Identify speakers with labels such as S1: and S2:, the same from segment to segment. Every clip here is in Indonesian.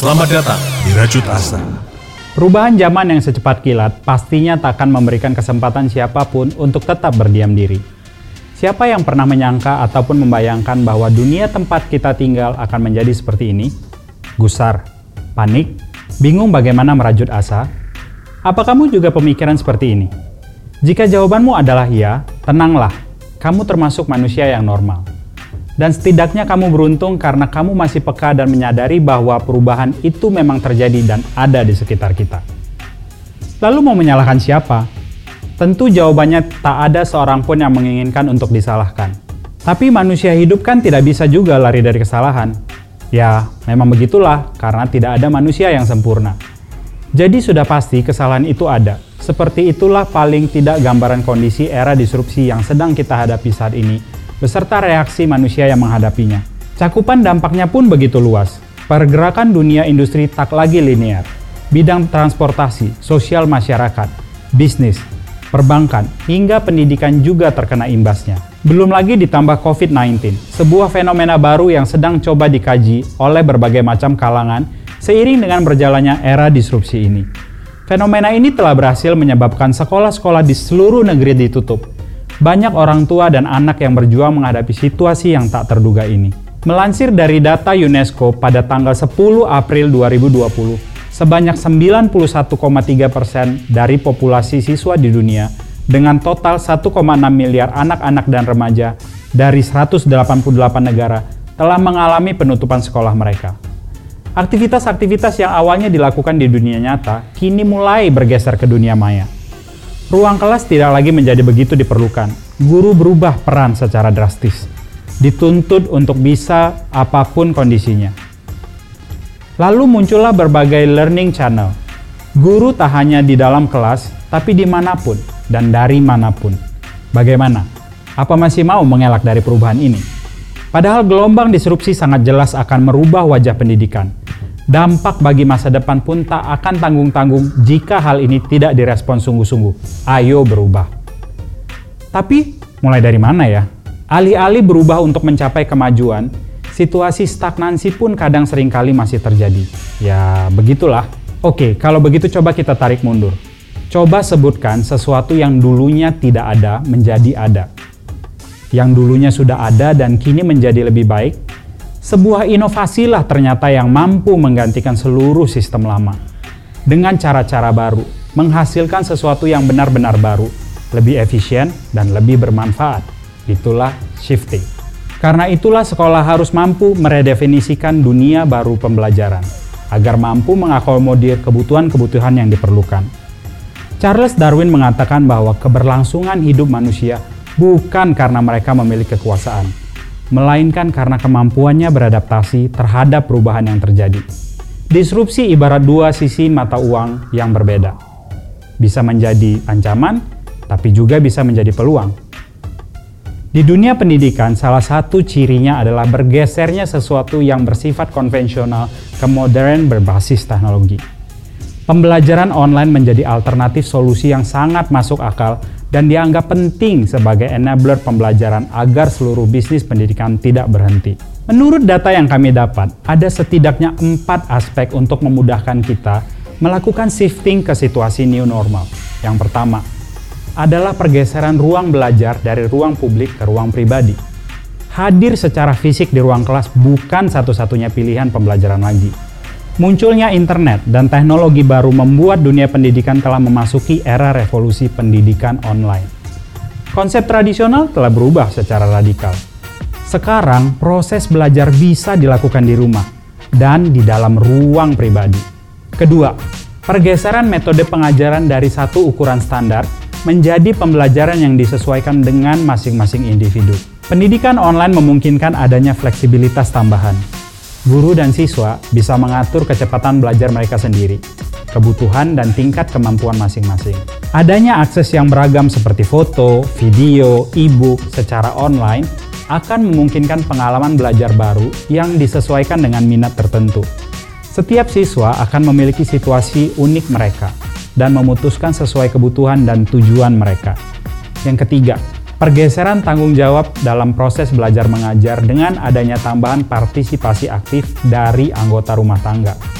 S1: Selamat datang di Rajut Asa.
S2: Perubahan zaman yang secepat kilat pastinya tak akan memberikan kesempatan siapapun untuk tetap berdiam diri. Siapa yang pernah menyangka ataupun membayangkan bahwa dunia tempat kita tinggal akan menjadi seperti ini? Gusar, panik, bingung bagaimana merajut asa? Apa kamu juga pemikiran seperti ini? Jika jawabanmu adalah iya, tenanglah, kamu termasuk manusia yang normal. Dan setidaknya kamu beruntung karena kamu masih peka dan menyadari bahwa perubahan itu memang terjadi dan ada di sekitar kita. Lalu mau menyalahkan siapa? Tentu jawabannya tak ada seorang pun yang menginginkan untuk disalahkan. Tapi manusia hidup kan tidak bisa juga lari dari kesalahan. Ya, memang begitulah karena tidak ada manusia yang sempurna. Jadi sudah pasti kesalahan itu ada. Seperti itulah paling tidak gambaran kondisi era disrupsi yang sedang kita hadapi saat ini, beserta reaksi manusia yang menghadapinya. Cakupan dampaknya pun begitu luas. Pergerakan dunia industri tak lagi linear. Bidang transportasi, sosial masyarakat, bisnis, perbankan, hingga pendidikan juga terkena imbasnya. Belum lagi ditambah COVID-19, sebuah fenomena baru yang sedang coba dikaji oleh berbagai macam kalangan seiring dengan berjalannya era disrupsi ini. Fenomena ini telah berhasil menyebabkan sekolah-sekolah di seluruh negeri ditutup. Banyak orang tua dan anak yang berjuang menghadapi situasi yang tak terduga ini. Melansir dari data UNESCO pada tanggal 10 April 2020, sebanyak 91,3% dari populasi siswa di dunia dengan total 1,6 miliar anak-anak dan remaja dari 188 negara telah mengalami penutupan sekolah mereka. Aktivitas-aktivitas yang awalnya dilakukan di dunia nyata kini mulai bergeser ke dunia maya. Ruang kelas tidak lagi menjadi begitu diperlukan. Guru berubah peran secara drastis. Dituntut untuk bisa apapun kondisinya. Lalu muncullah berbagai learning channel. Guru tak hanya di dalam kelas, tapi dimanapun dan dari manapun. Bagaimana? Apa masih mau mengelak dari perubahan ini? Padahal gelombang disrupsi sangat jelas akan merubah wajah pendidikan. Dampak bagi masa depan pun tak akan tanggung-tanggung jika hal ini tidak direspon sungguh-sungguh. Ayo berubah. Tapi mulai dari mana ya? Alih-alih berubah untuk mencapai kemajuan, situasi stagnansi pun kadang seringkali masih terjadi. Ya begitulah. Oke, kalau begitu coba kita tarik mundur. Coba sebutkan sesuatu yang dulunya tidak ada menjadi ada. Yang dulunya sudah ada dan kini menjadi lebih baik. Sebuah inovasilah ternyata yang mampu menggantikan seluruh sistem lama. Dengan cara-cara baru, menghasilkan sesuatu yang benar-benar baru, lebih efisien dan lebih bermanfaat. Itulah shifting. Karena itulah sekolah harus mampu meredefinisikan dunia baru pembelajaran, agar mampu mengakomodir kebutuhan-kebutuhan yang diperlukan. Charles Darwin mengatakan bahwa keberlangsungan hidup manusia bukan karena mereka memiliki kekuasaan, melainkan karena kemampuannya beradaptasi terhadap perubahan yang terjadi. Disrupsi ibarat dua sisi mata uang yang berbeda. Bisa menjadi ancaman, tapi juga bisa menjadi peluang. Di dunia pendidikan, salah satu cirinya adalah bergesernya sesuatu yang bersifat konvensional ke modern berbasis teknologi. Pembelajaran online menjadi alternatif solusi yang sangat masuk akal dan dianggap penting sebagai enabler pembelajaran agar seluruh bisnis pendidikan tidak berhenti. Menurut data yang kami dapat, ada setidaknya 4 aspek untuk memudahkan kita melakukan shifting ke situasi new normal. Yang pertama adalah pergeseran ruang belajar dari ruang publik ke ruang pribadi. Hadir secara fisik di ruang kelas bukan satu-satunya pilihan pembelajaran lagi. Munculnya internet dan teknologi baru membuat dunia pendidikan telah memasuki era revolusi pendidikan online. Konsep tradisional telah berubah secara radikal. Sekarang, proses belajar bisa dilakukan di rumah dan di dalam ruang pribadi. Kedua, pergeseran metode pengajaran dari satu ukuran standar menjadi pembelajaran yang disesuaikan dengan masing-masing individu. Pendidikan online memungkinkan adanya fleksibilitas tambahan. Guru dan siswa bisa mengatur kecepatan belajar mereka sendiri, kebutuhan dan tingkat kemampuan masing-masing. Adanya akses yang beragam seperti foto, video, e-book secara online akan memungkinkan pengalaman belajar baru yang disesuaikan dengan minat tertentu. Setiap siswa akan memiliki situasi unik mereka dan memutuskan sesuai kebutuhan dan tujuan mereka. Yang ketiga, pergeseran tanggung jawab dalam proses belajar mengajar dengan adanya tambahan partisipasi aktif dari anggota rumah tangga.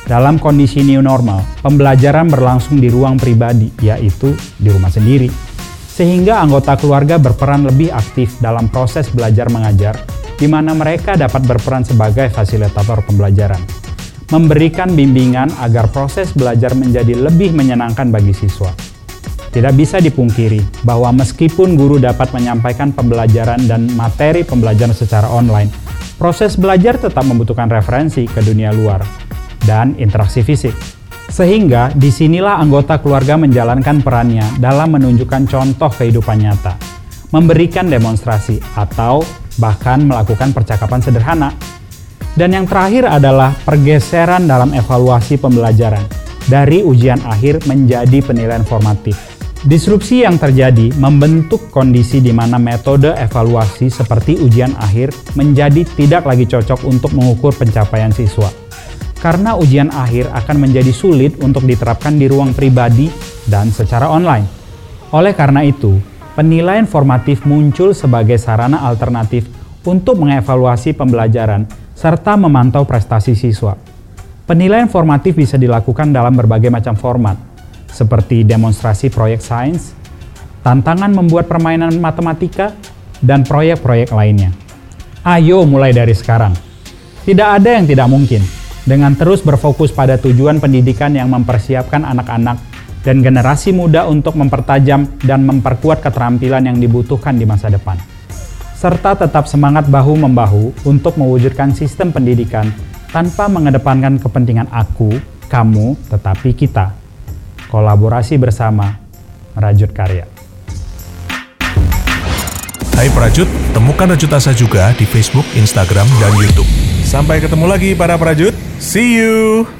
S2: Dalam kondisi new normal, pembelajaran berlangsung di ruang pribadi, yaitu di rumah sendiri. Sehingga anggota keluarga berperan lebih aktif dalam proses belajar mengajar, di mana mereka dapat berperan sebagai fasilitator pembelajaran. Memberikan bimbingan agar proses belajar menjadi lebih menyenangkan bagi siswa. Tidak bisa dipungkiri bahwa meskipun guru dapat menyampaikan pembelajaran dan materi pembelajaran secara online, proses belajar tetap membutuhkan referensi ke dunia luar dan interaksi fisik. Sehingga disinilah anggota keluarga menjalankan perannya dalam menunjukkan contoh kehidupan nyata, memberikan demonstrasi atau bahkan melakukan percakapan sederhana. Dan yang terakhir adalah pergeseran dalam evaluasi pembelajaran dari ujian akhir menjadi penilaian formatif. Disrupsi yang terjadi membentuk kondisi di mana metode evaluasi seperti ujian akhir menjadi tidak lagi cocok untuk mengukur pencapaian siswa. Karena ujian akhir akan menjadi sulit untuk diterapkan di ruang pribadi dan secara online. Oleh karena itu, penilaian formatif muncul sebagai sarana alternatif untuk mengevaluasi pembelajaran serta memantau prestasi siswa. Penilaian formatif bisa dilakukan dalam berbagai macam format, seperti demonstrasi proyek sains, tantangan membuat permainan matematika, dan proyek-proyek lainnya. Ayo mulai dari sekarang. Tidak ada yang tidak mungkin. Dengan terus berfokus pada tujuan pendidikan yang mempersiapkan anak-anak dan generasi muda untuk mempertajam dan memperkuat keterampilan yang dibutuhkan di masa depan. Serta tetap semangat bahu-membahu untuk mewujudkan sistem pendidikan tanpa mengedepankan kepentingan aku, kamu, tetapi kita. Kolaborasi bersama, merajut karya.
S1: Hai Prajut, temukan Rajut Asa juga di Facebook, Instagram, dan YouTube. Sampai ketemu lagi para Prajut. See you!